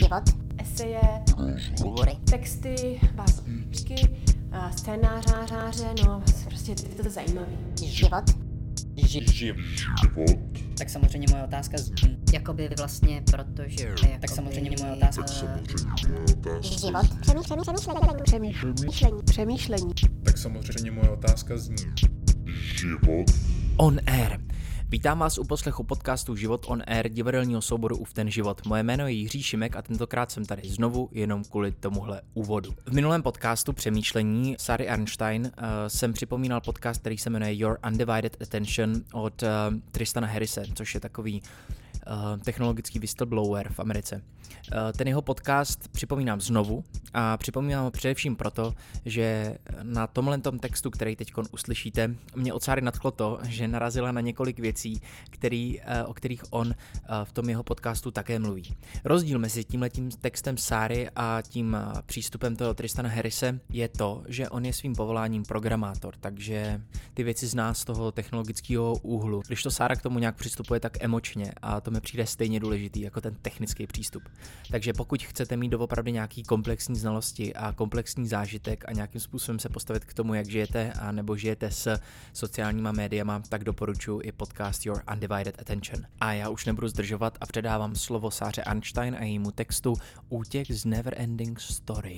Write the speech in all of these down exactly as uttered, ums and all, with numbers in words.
život, eseje, hovory, texty, básničky, scénáře, no prostě je to zajímavý. Život. Život. Tak samozřejmě moje otázka z... Jakoby vlastně, protože... Jakoby... Tak samozřejmě moje otázka... Tak samozřejmě moje otázka Život. Přemýšlení. Přemýšlení. Přemýšlení. Tak samozřejmě moje otázka zní. Život. On Air. Vítám vás u poslechu podcastu Život on Air, divadelního souboru U v ten život. Moje jméno je Jiří Šimek a tentokrát jsem tady znovu jenom kvůli tomuhle úvodu. V minulém podcastu Přemýšlení Sary Arnstein uh, jsem připomínal podcast, který se jmenuje Your Undivided Attention od uh, Tristana Harrise, což je takový uh, technologický whistleblower v Americe. Uh, ten jeho podcast připomínám znovu a připomínám ho především proto, že na tomhle textu, který teď uslyšíte, mě od Sary nadchlo to, že narazila na několik věcí, který, uh, o kterých on uh, v tom jeho podcastu také mluví. Rozdíl mezi tímhletím textem Sary a tím uh, přístupem toho Tristana Harrise je to, že on je svým povoláním programátor, takže ty věci zná z toho technologického úhlu. Když to Sára k tomu nějak přistupuje tak emočně a to mi přijde stejně důležitý jako ten technický přístup. Takže pokud chcete mít doopravdy nějaký komplexní znalosti a komplexní zážitek a nějakým způsobem se postavit k tomu, jak žijete a nebo žijete s sociálníma médiama, tak doporučuji i podcast Your Undivided Attention. A já už nebudu zdržovat a předávám slovo Sáře Arnstein a jejímu textu Útěk z Neverending Story.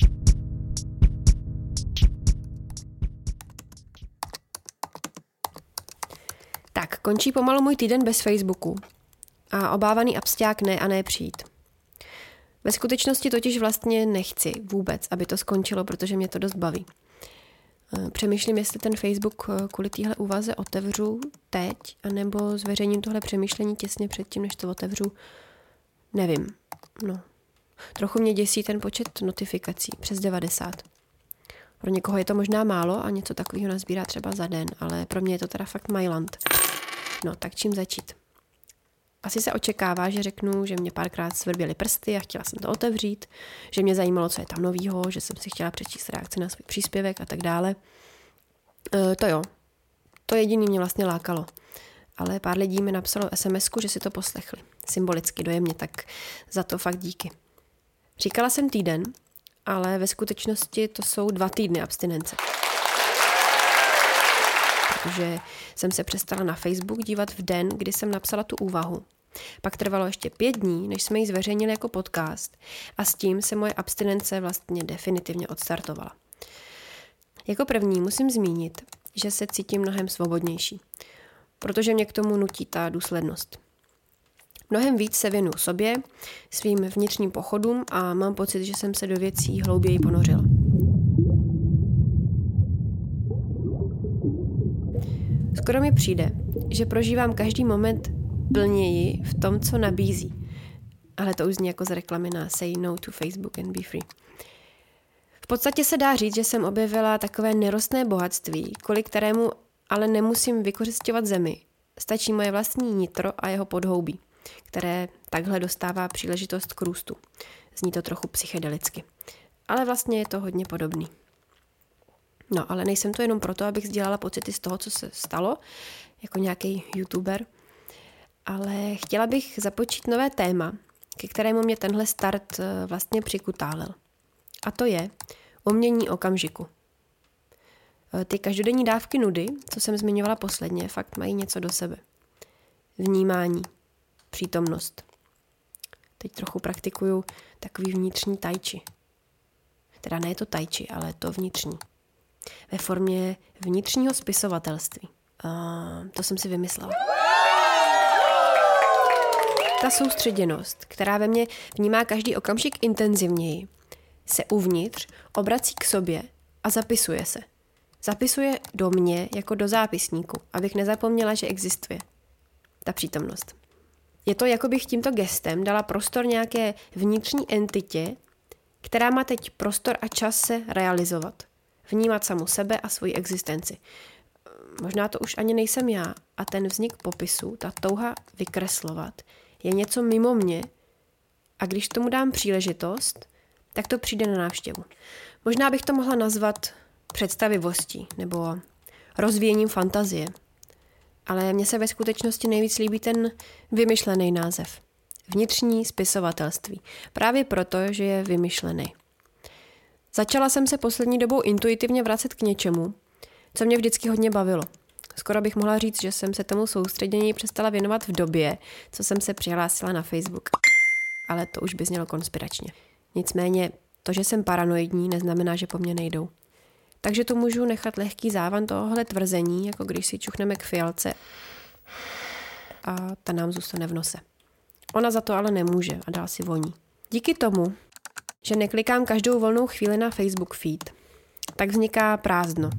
Tak, končí pomalu můj týden bez Facebooku. A obávaný absťák ne a ne přijít. Ve skutečnosti totiž vlastně nechci vůbec, aby to skončilo, protože mě to dost baví. Přemýšlím, jestli ten Facebook kvůli téhle úvaze otevřu teď, anebo zveřejním tohle přemýšlení těsně předtím, než to otevřu. Nevím. No. Trochu mě děsí ten počet notifikací, přes devadesát. Pro někoho je to možná málo a něco takového nazbírá třeba za den, ale pro mě je to teda fakt majland. No, tak čím začít? Asi se očekává, že řeknu, že mě párkrát svrběly prsty a chtěla jsem to otevřít, že mě zajímalo, co je tam novýho, že jsem si chtěla přečíst reakci na svůj příspěvek a tak dále. E, to jo, to jediný mě vlastně lákalo. Ale pár lidí mi napsalo es em esku, že si to poslechli. Symbolicky, dojemně, tak za to fakt díky. Říkala jsem týden, ale ve skutečnosti to jsou dva týdny abstinence. Protože jsem se přestala na Facebook dívat v den, kdy jsem napsala tu úvahu. Pak trvalo ještě pět dní, než jsme ji zveřejnili jako podcast a s tím se moje abstinence vlastně definitivně odstartovala. Jako první musím zmínit, že se cítím mnohem svobodnější, protože mě k tomu nutí ta důslednost. Mnohem víc se věnuju sobě, svým vnitřním pochodům a mám pocit, že jsem se do věcí hlouběji ponořila. Skoro mi přijde, že prožívám každý moment plněji v tom, co nabízí. Ale to už zní jako z reklamy na Say No to Facebook and Be Free. V podstatě se dá říct, že jsem objevila takové nerostné bohatství, kvůli kterému ale nemusím vykořisťovat zemi. Stačí moje vlastní nitro a jeho podhoubí, které takhle dostává příležitost k růstu. Zní to trochu psychedelicky. Ale vlastně je to hodně podobný. No, ale nejsem to jenom proto, abych sdělala pocity z toho, co se stalo, jako nějaký youtuber, ale chtěla bych započít nové téma, ke kterému mě tenhle start vlastně přikutálil. A to je umění okamžiku. Ty každodenní dávky nudy, co jsem zmiňovala posledně, fakt mají něco do sebe. Vnímání, přítomnost. Teď trochu praktikuju takový vnitřní tai chi. Teda ne to tai chi, ale to vnitřní. Ve formě vnitřního spisovatelství. A to jsem si vymyslela. Ta soustředěnost, která ve mně vnímá každý okamžik intenzivněji, se uvnitř obrací k sobě a zapisuje se. Zapisuje do mě jako do zápisníku, abych nezapomněla, že existuje. Ta přítomnost. Je to, jako bych tímto gestem dala prostor nějaké vnitřní entitě, která má teď prostor a čas se realizovat. Vnímat samu sebe a svoji existenci. Možná to už ani nejsem já a ten vznik popisu, ta touha vykreslovat, je něco mimo mě a když tomu dám příležitost, tak to přijde na návštěvu. Možná bych to mohla nazvat představivostí nebo rozvíjením fantazie, ale mně se ve skutečnosti nejvíc líbí ten vymyšlený název. Vnitřní spisovatelství. Právě proto, že je vymyšlený. Začala jsem se poslední dobou intuitivně vracet k něčemu, co mě vždycky hodně bavilo. Skoro bych mohla říct, že jsem se tomu soustředění přestala věnovat v době, co jsem se přihlásila na Facebook. Ale to už by znělo konspiračně. Nicméně to, že jsem paranoidní, neznamená, že po mně nejdou. Takže tu můžu nechat lehký závan tohohle tvrzení, jako když si čuchneme k fialce a ta nám zůstane v nose. Ona za to ale nemůže a dál si voní. Díky tomu, že neklikám každou volnou chvíli na Facebook feed, tak vzniká prázdno,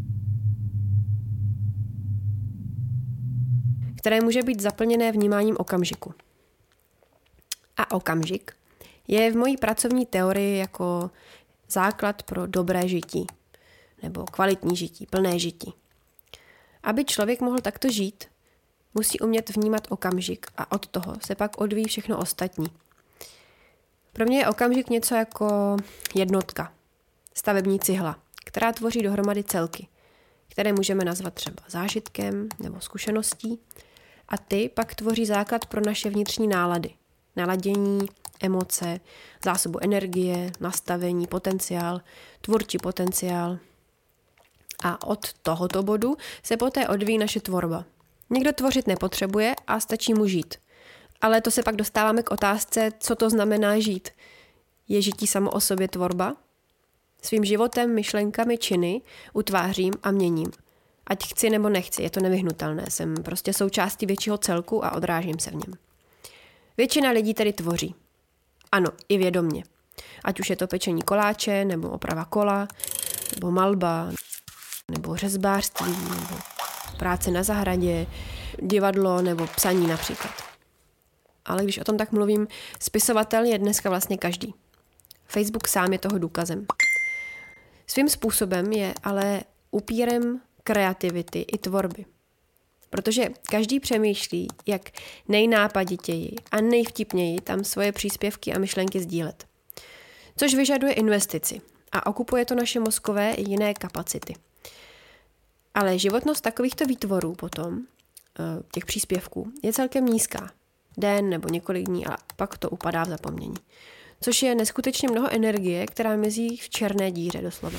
které může být zaplněné vnímáním okamžiku. A okamžik je v mojí pracovní teorii jako základ pro dobré žití, nebo kvalitní žití, plné žití. Aby člověk mohl takto žít, musí umět vnímat okamžik a od toho se pak odvíjí všechno ostatní. Pro mě je okamžik něco jako jednotka, stavební cihla, která tvoří dohromady celky, které můžeme nazvat třeba zážitkem nebo zkušeností, a ty pak tvoří základ pro naše vnitřní nálady, naladění, emoce, zásobu energie, nastavení, potenciál, tvůrčí potenciál. A od tohoto bodu se poté odvíjí naše tvorba. Někdo tvořit nepotřebuje a stačí mu žít. Ale to se pak dostáváme k otázce, co to znamená žít. Je žití samo o sobě tvorba? Svým životem, myšlenkami, činy utvářím a měním. Ať chci nebo nechci, je to nevyhnutelné. Jsem prostě součástí většího celku a odrážím se v něm. Většina lidí tedy tvoří. Ano, i vědomně. Ať už je to pečení koláče, nebo oprava kola, nebo malba, nebo řezbářství, nebo práce na zahradě, divadlo nebo psaní například. Ale když o tom tak mluvím, spisovatel je dneska vlastně každý. Facebook sám je toho důkazem. Svým způsobem je ale upírem kreativity i tvorby. Protože každý přemýšlí, jak nejnápaditěji a nejvtipněji tam svoje příspěvky a myšlenky sdílet. Což vyžaduje investici a okupuje to naše mozkové i jiné kapacity. Ale životnost takovýchto výtvorů potom, těch příspěvků, je celkem nízká. Den nebo několik dní a pak to upadá v zapomnění. Což je neskutečně mnoho energie, která mizí v černé díře doslova.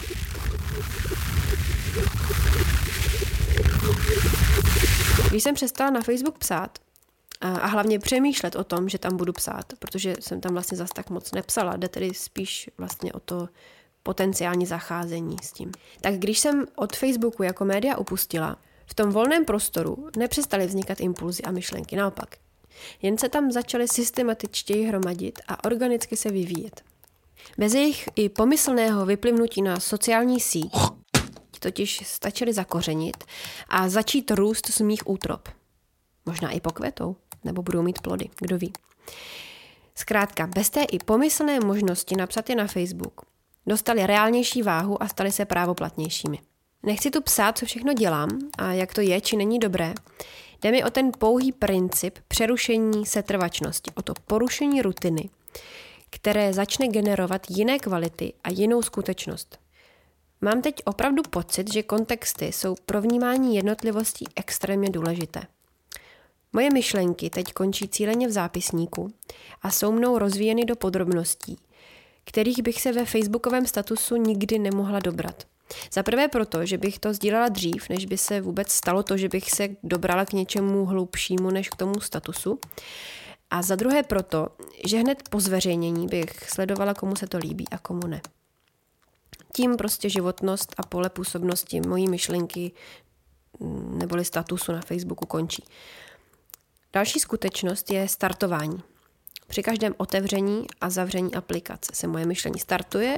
Když jsem přestala na Facebook psát a hlavně přemýšlet o tom, že tam budu psát, protože jsem tam vlastně zas tak moc nepsala, jde tedy spíš vlastně o to potenciální zacházení s tím. Tak když jsem od Facebooku jako média upustila, v tom volném prostoru nepřestaly vznikat impulzy a myšlenky, naopak. Jen se tam začaly systematičtěji hromadit a organicky se vyvíjet. Bez jejich i pomyslného vyplivnutí na sociální síť totiž stačily zakořenit a začít růst z mých útrop. Možná i pokvetou, nebo budou mít plody, kdo ví. Zkrátka, bez té i pomyslné možnosti napsat je na Facebook, dostali reálnější váhu a stali se právoplatnějšími. Nechci tu psát, co všechno dělám a jak to je, či není dobré. Jde mi o ten pouhý princip přerušení setrvačnosti, o to porušení rutiny, které začne generovat jiné kvality a jinou skutečnost. Mám teď opravdu pocit, že kontexty jsou pro vnímání jednotlivostí extrémně důležité. Moje myšlenky teď končí cíleně v zápisníku a jsou mnou rozvíjeny do podrobností, kterých bych se ve facebookovém statusu nikdy nemohla dobrat. Za prvé proto, že bych to sdílela dřív, než by se vůbec stalo to, že bych se dobrala k něčemu hlubšímu než k tomu statusu. A za druhé proto, že hned po zveřejnění bych sledovala, komu se to líbí a komu ne. Tím prostě životnost a pole působnosti mojí myšlenky neboli statusu na Facebooku končí. Další skutečnost je startování. Při každém otevření a zavření aplikace se moje myšlení startuje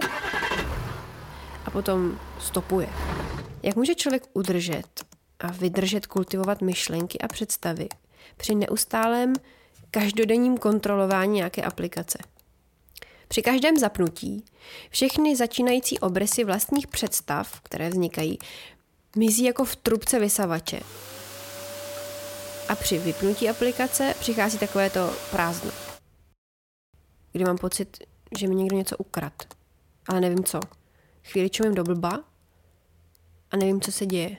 a potom stopuje. Jak může člověk udržet a vydržet kultivovat myšlenky a představy při neustálém každodenním kontrolování nějaké aplikace? Při každém zapnutí všechny začínající obrysy vlastních představ, které vznikají, mizí jako v trubce vysavače. A při vypnutí aplikace přichází takovéto prázdno, kdy mám pocit, že mi někdo něco ukradl, ale nevím co. Chvíli čumím do blba a nevím, co se děje.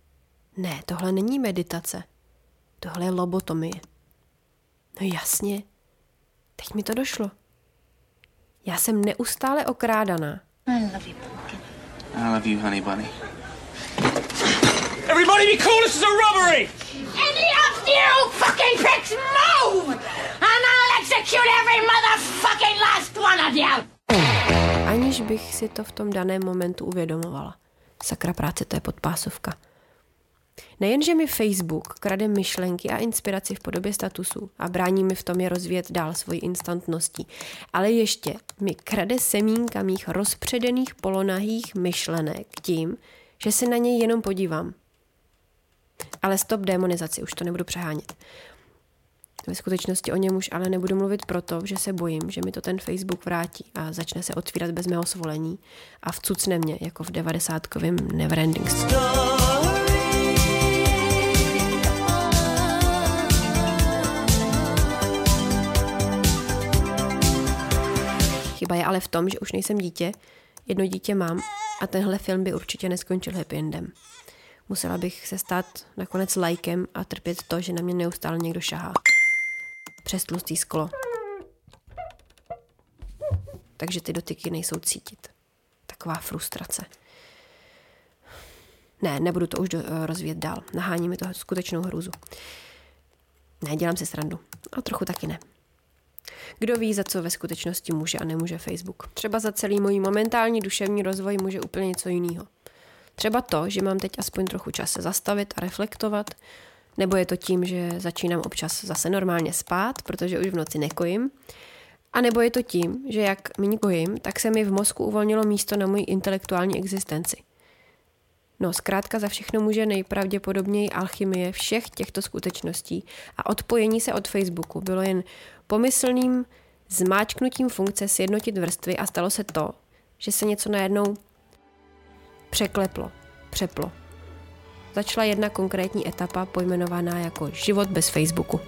Ne, tohle není meditace. Tohle je lobotomie. No jasně, Teď mi to došlo. Já jsem neustále okrádaná. I love you, pumpkin. I love you, honey bunny. Everybody be cool, this is a robbery! Any of you fucking pricks move! And I'll execute every motherfucking last one of you! Aniž bych si to v tom daném momentu uvědomovala. Sakra práce, to je podpásovka. Nejenže mi Facebook krade myšlenky a inspiraci v podobě statusů a brání mi v tom je rozvíjet dál svoji instantností, ale ještě mi krade semínka mých rozpředených polonahých myšlenek tím, že se na něj jenom podívám. Ale stop demonizaci, už to nebudu přehánět. Ve skutečnosti o něm už ale nebudu mluvit proto, že se bojím, že mi to ten Facebook vrátí a začne se otvírat bez mého svolení a vcucne mě, jako v devadesátkovém Neverending Story. Chyba je ale v tom, že už nejsem dítě, jedno dítě mám a tenhle film by určitě neskončil happy endem. Musela bych se stát nakonec lajkem a trpět to, že na mě neustále někdo šahá. Přes tlustý sklo. Takže ty dotyky nejsou cítit. Taková frustrace. Ne, nebudu to už do, rozvíjet dál. Nahání mi to skutečnou hrůzu. Ne, dělám si srandu. A trochu taky ne. Kdo ví, za co ve skutečnosti může a nemůže Facebook. Třeba za celý můj momentální duševní rozvoj může úplně něco jiného. Třeba to, že mám teď aspoň trochu čas se zastavit a reflektovat, nebo je to tím, že začínám občas zase normálně spát, protože už v noci nekojím, a nebo je to tím, že jak méně kojím, tak se mi v mozku uvolnilo místo na moji intelektuální existenci. No, zkrátka za všechno může nejpravděpodobněji alchymie všech těchto skutečností a odpojení se od Facebooku bylo jen pomyslným zmáčknutím funkce sjednotit vrstvy a stalo se to, že se něco najednou překleplo, přeplo. Začala jedna konkrétní etapa pojmenovaná jako život bez Facebooku.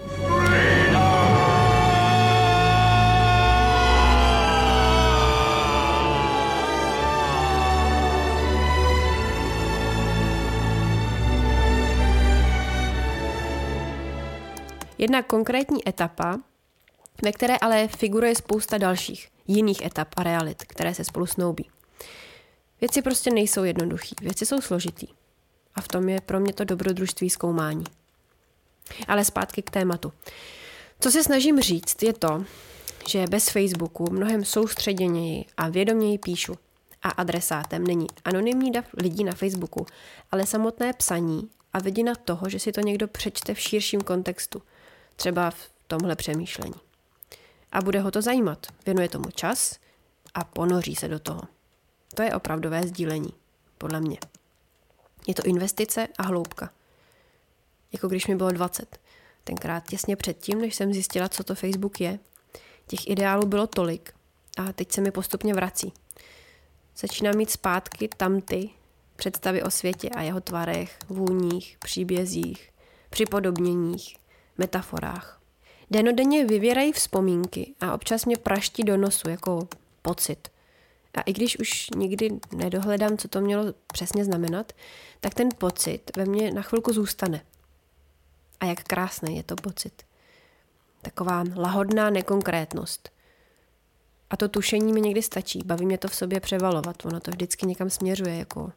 Jedna konkrétní etapa, ve které ale figuruje spousta dalších, jiných etap a realit, které se spolu snoubí. Věci prostě nejsou jednoduchý, věci jsou složitý. A v tom je pro mě to dobrodružství zkoumání. Ale zpátky k tématu. Co se snažím říct, je to, že bez Facebooku mnohem soustředěněji a vědoměji píšu. A adresátem není anonymní dav lidí na Facebooku, ale samotné psaní a vidina toho, že si to někdo přečte v širším kontextu. Třeba v tomhle přemýšlení. A bude ho to zajímat. Věnuje tomu čas a ponoří se do toho. To je opravdové sdílení, podle mě. Je to investice a hloubka. Jako když mi bylo dvacet. Tenkrát těsně předtím, než jsem zjistila, co to Facebook je. Těch ideálů bylo tolik a teď se mi postupně vrací. Začínám mít zpátky tamty představy o světě a jeho tvarech, vůních, příbězích, připodobněních, metaforách. Denodenně vyvěrají vzpomínky a občas mě praští do nosu jako pocit. A i když už nikdy nedohledám, co to mělo přesně znamenat, tak ten pocit ve mně na chvilku zůstane. A jak krásný je to pocit. Taková lahodná nekonkrétnost. A to tušení mi někdy stačí. Baví mě to v sobě převalovat. Ono to vždycky někam směřuje, jako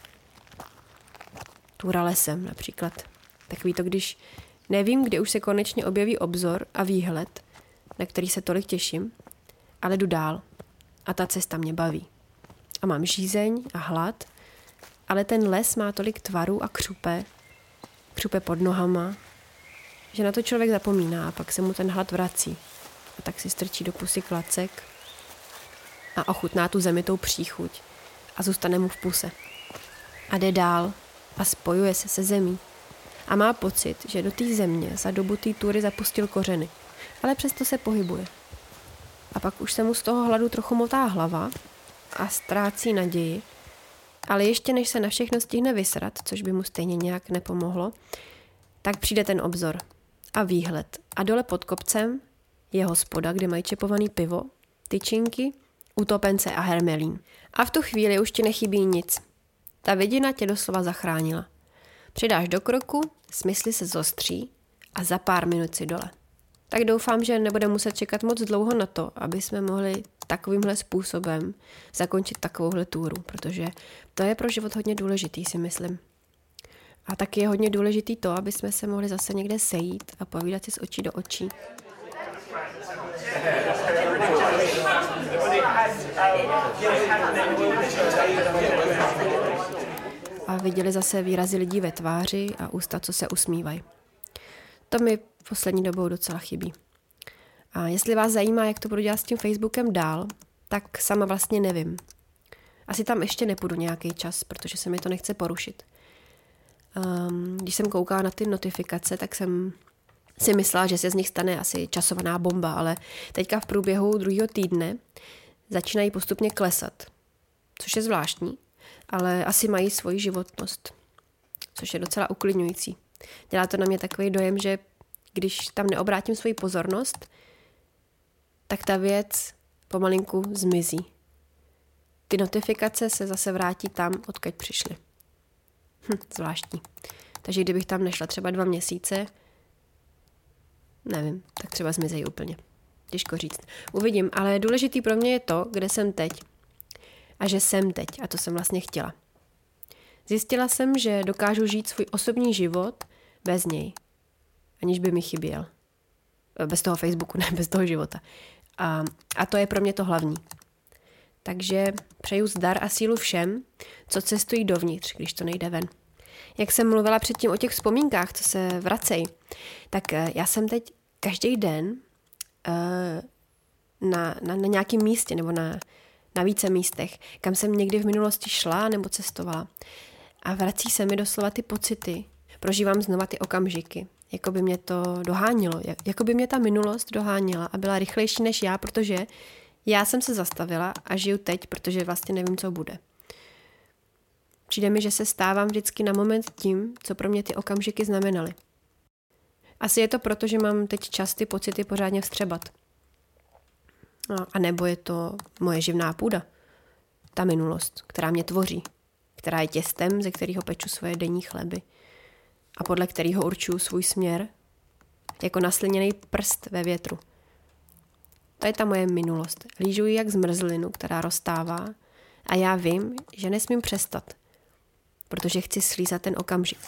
túra lesem například. Takový to, když nevím, kdy už se konečně objeví obzor a výhled, na který se tolik těším, ale jdu dál. A ta cesta mě baví. A mám žízeň a hlad, ale ten les má tolik tvarů a křupe, křupe pod nohama, že na to člověk zapomíná a pak se mu ten hlad vrací. A tak si strčí do pusy klacek a ochutná tu zemitou příchuť a zůstane mu v puse. A jde dál a spojuje se se zemí. A má pocit, že do té země za dobu té tury zapustil kořeny, ale přesto se pohybuje. A pak už se mu z toho hladu trochu motá hlava a ztrácí naději, ale ještě než se na všechno stihne vysrat, což by mu stejně nějak nepomohlo, tak přijde ten obzor a výhled. A dole pod kopcem je hospoda, kde mají čepovaný pivo, tyčinky, utopence a hermelín. A v tu chvíli už ti nechybí nic. Ta vidina tě doslova zachránila. Přidáš do kroku, smysly se zostří a za pár minut si dole. Tak doufám, že nebude muset čekat moc dlouho na to, aby jsme mohli takovýmhle způsobem zakončit takovouhle túru, protože to je pro život hodně důležitý, si myslím. A taky je hodně důležitý to, aby jsme se mohli zase někde sejít a povídat si z očí do očí. A viděli zase výrazy lidí ve tváři a ústa, co se usmívají. To mi poslední dobou docela chybí. A jestli vás zajímá, jak to budu dělat s tím Facebookem dál, tak sama vlastně nevím. Asi tam ještě nepůjdu nějaký čas, protože se mi to nechce porušit. Um, když jsem koukala na ty notifikace, tak jsem si myslela, že se z nich stane asi časovaná bomba, ale teďka v průběhu druhého týdne začínají postupně klesat, což je zvláštní, ale asi mají svoji životnost, což je docela uklidňující. Dělá to na mě takový dojem, že když tam neobrátím svoji pozornost, tak ta věc pomalinku zmizí. Ty notifikace se zase vrátí tam, odkud přišly. Hm, zvláštní. Takže kdybych tam nešla třeba dva měsíce, nevím, tak třeba zmizejí úplně. Těžko říct. Uvidím, ale důležitý pro mě je to, kde jsem teď. A že jsem teď, a to jsem vlastně chtěla. Zjistila jsem, že dokážu žít svůj osobní život bez něj, aniž by mi chyběl. Bez toho Facebooku, ne, bez toho života. A, a to je pro mě to hlavní. Takže přeju zdar a sílu všem, co cestují dovnitř, když to nejde ven. Jak jsem mluvila předtím o těch vzpomínkách, co se vracejí, tak já jsem teď každý den uh, na, na, na nějakém místě nebo na, na více místech, kam jsem někdy v minulosti šla nebo cestovala. A vrací se mi doslova ty pocity. Prožívám znova ty okamžiky. Jako by mě to dohánilo. Jako by mě ta minulost doháněla a byla rychlejší než já, protože já jsem se zastavila a žiju teď, protože vlastně nevím, co bude. Přijde mi, že se stávám vždycky na moment tím, co pro mě ty okamžiky znamenaly. Asi je to proto, že mám teď čas ty pocity pořádně vstřebat. No, a nebo je to moje živná půda. Ta minulost, která mě tvoří. Která je těstem, ze kterého peču svoje denní chleby. A podle kterého určuju svůj směr. Jako nasliněný prst ve větru. To je ta moje minulost. Lížu ji jak zmrzlinu, která roztává. A já vím, že nesmím přestat. Protože chci slízat ten okamžik.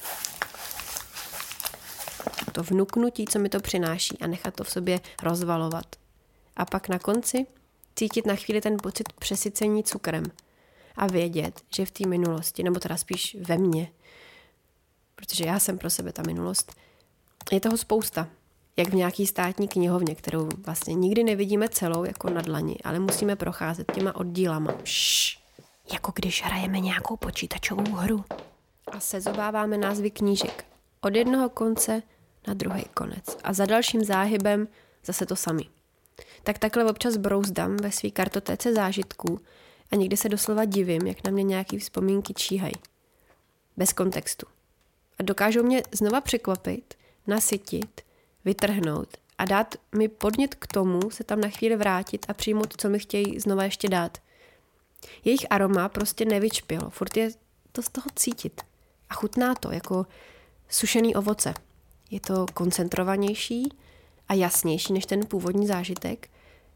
To vnuknutí, co mi to přináší a nechat to v sobě rozvalovat. A pak na konci cítit na chvíli ten pocit přesycení cukrem. A vědět, že v té minulosti, nebo teda spíš ve mně, protože já jsem pro sebe ta minulost, je toho spousta. Jak v nějaký státní knihovně, kterou vlastně nikdy nevidíme celou jako na dlani, ale musíme procházet těma oddílama. Šš, jako když hrajeme nějakou počítačovou hru. A sezobáváme názvy knížek. Od jednoho konce na druhý konec. A za dalším záhybem zase to samý. Tak takhle občas brouzdám ve svý kartotéce zážitků a někdy se doslova divím, jak na mě nějaký vzpomínky číhají. Bez kontextu. A dokážou mě znova překvapit, nasytit, vytrhnout a dát mi podnět k tomu se tam na chvíli vrátit a přijmout, co mi chtějí znova ještě dát. Jejich aroma prostě nevyčpělo, furt je to z toho cítit. A chutná to jako sušený ovoce. Je to koncentrovanější a jasnější než ten původní zážitek.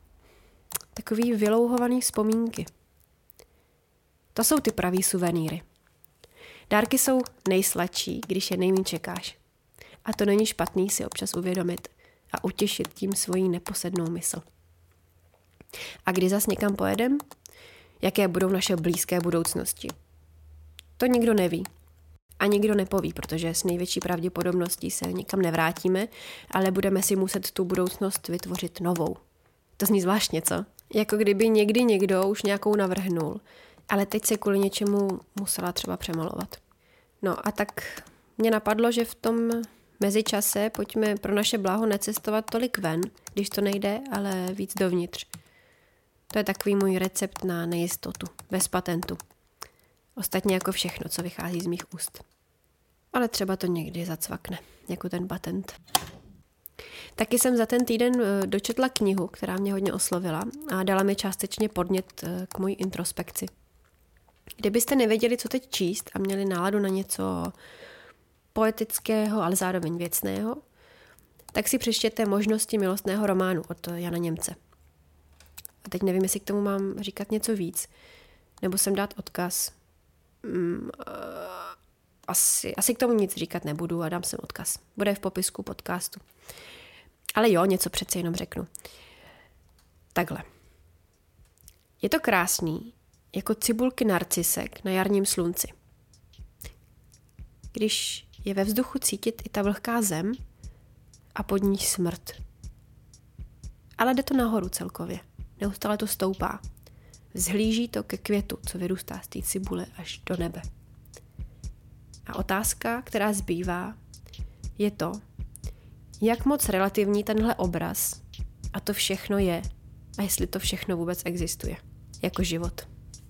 Takový vylouhovaný vzpomínky. To jsou ty pravý suvenýry. Dárky jsou nejsladší, když je nejméně čekáš. A to není špatný si občas uvědomit a utěšit tím svoji neposednou mysl. A kdy zas někam pojedem? Jaké budou naše blízké budoucnosti? To nikdo neví. A nikdo nepoví, protože s největší pravděpodobností se nikam nevrátíme, ale budeme si muset tu budoucnost vytvořit novou. To zní zvláštně, co? Jako kdyby někdy někdo už nějakou navrhnul, ale teď se kvůli něčemu musela třeba přemalovat. No a tak mě napadlo, že v tom mezičase pojďme pro naše bláho necestovat tolik ven, když to nejde, ale víc dovnitř. To je takový můj recept na nejistotu, bez patentu. Ostatně jako všechno, co vychází z mých úst. Ale třeba to někdy zacvakne, jako ten patent. Taky jsem za ten týden dočetla knihu, která mě hodně oslovila a dala mi částečně podnět k mojí introspekci. Kdybyste nevěděli, co teď číst a měli náladu na něco poetického, ale zároveň věcného, tak si přečtěte Možnosti milostného románu od Jana Němce. A teď nevím, jestli k tomu mám říkat něco víc, nebo sem dát odkaz. Mm, asi, asi k tomu nic říkat nebudu a dám sem odkaz. Bude v popisku podcastu. Ale jo, něco přece jenom řeknu. Takhle. Je to krásný, jako cibulky narcisek na jarním slunci. Když je ve vzduchu cítit i ta vlhká zem a pod ní smrt. Ale jde to nahoru celkově. Neustále to stoupá. Zhlíží to ke květu, co vyrůstá z té cibule až do nebe. A otázka, která zbývá, je to, jak moc relativní tenhle obraz a to všechno je a jestli to všechno vůbec existuje. Jako život.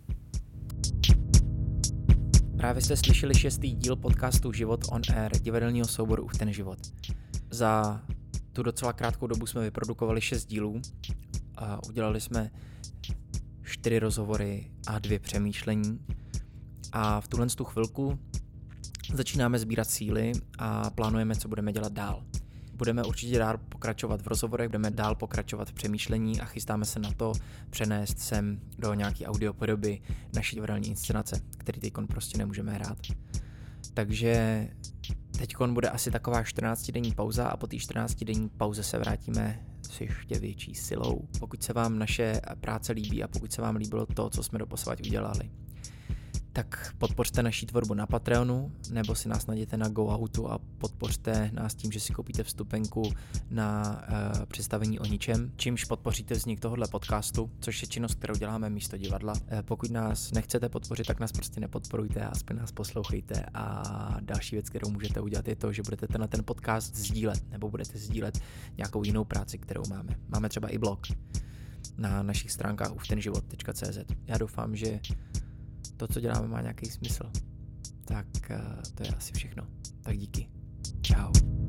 Právě jste slyšeli šestý díl podcastu Život on Air, divadelního souboru Uf ten život. Za tu docela krátkou dobu jsme vyprodukovali šest dílů a udělali jsme čtyři rozhovory a dvě přemýšlení. A v tuhle tu chvilku začínáme sbírat síly a plánujeme, co budeme dělat dál. Budeme určitě dál pokračovat v rozhovorech, budeme dál pokračovat v přemýšlení a chystáme se na to přenést sem do nějaký audiopodoby naší divadelní inscenace, který teďkon prostě nemůžeme hrát. Takže teďkon bude asi taková čtrnáctidenní pauza a po té čtrnáctidenní pauze se vrátíme s ještě větší silou. Pokud se vám naše práce líbí a pokud se vám líbilo to, co jsme doposavad udělali, tak podpořte naší tvorbu na Patreonu, nebo si nás najděte na GoOutu a podpořte nás tím, že si koupíte vstupenku na uh, představení o ničem, čímž podpoříte vznik tohohle podcastu, což je činnost, kterou děláme místo divadla. Uh, pokud nás nechcete podpořit, tak nás prostě nepodporujte a aspoň nás poslouchejte. A další věc, kterou můžete udělat, je to, že budete ten, ten podcast sdílet, nebo budete sdílet nějakou jinou práci, kterou máme. Máme třeba i blog na našich stránkách uf ten život tečka cé zet. Já doufám, že to, co děláme, má nějaký smysl. Tak to je asi všechno. Tak díky. Čau.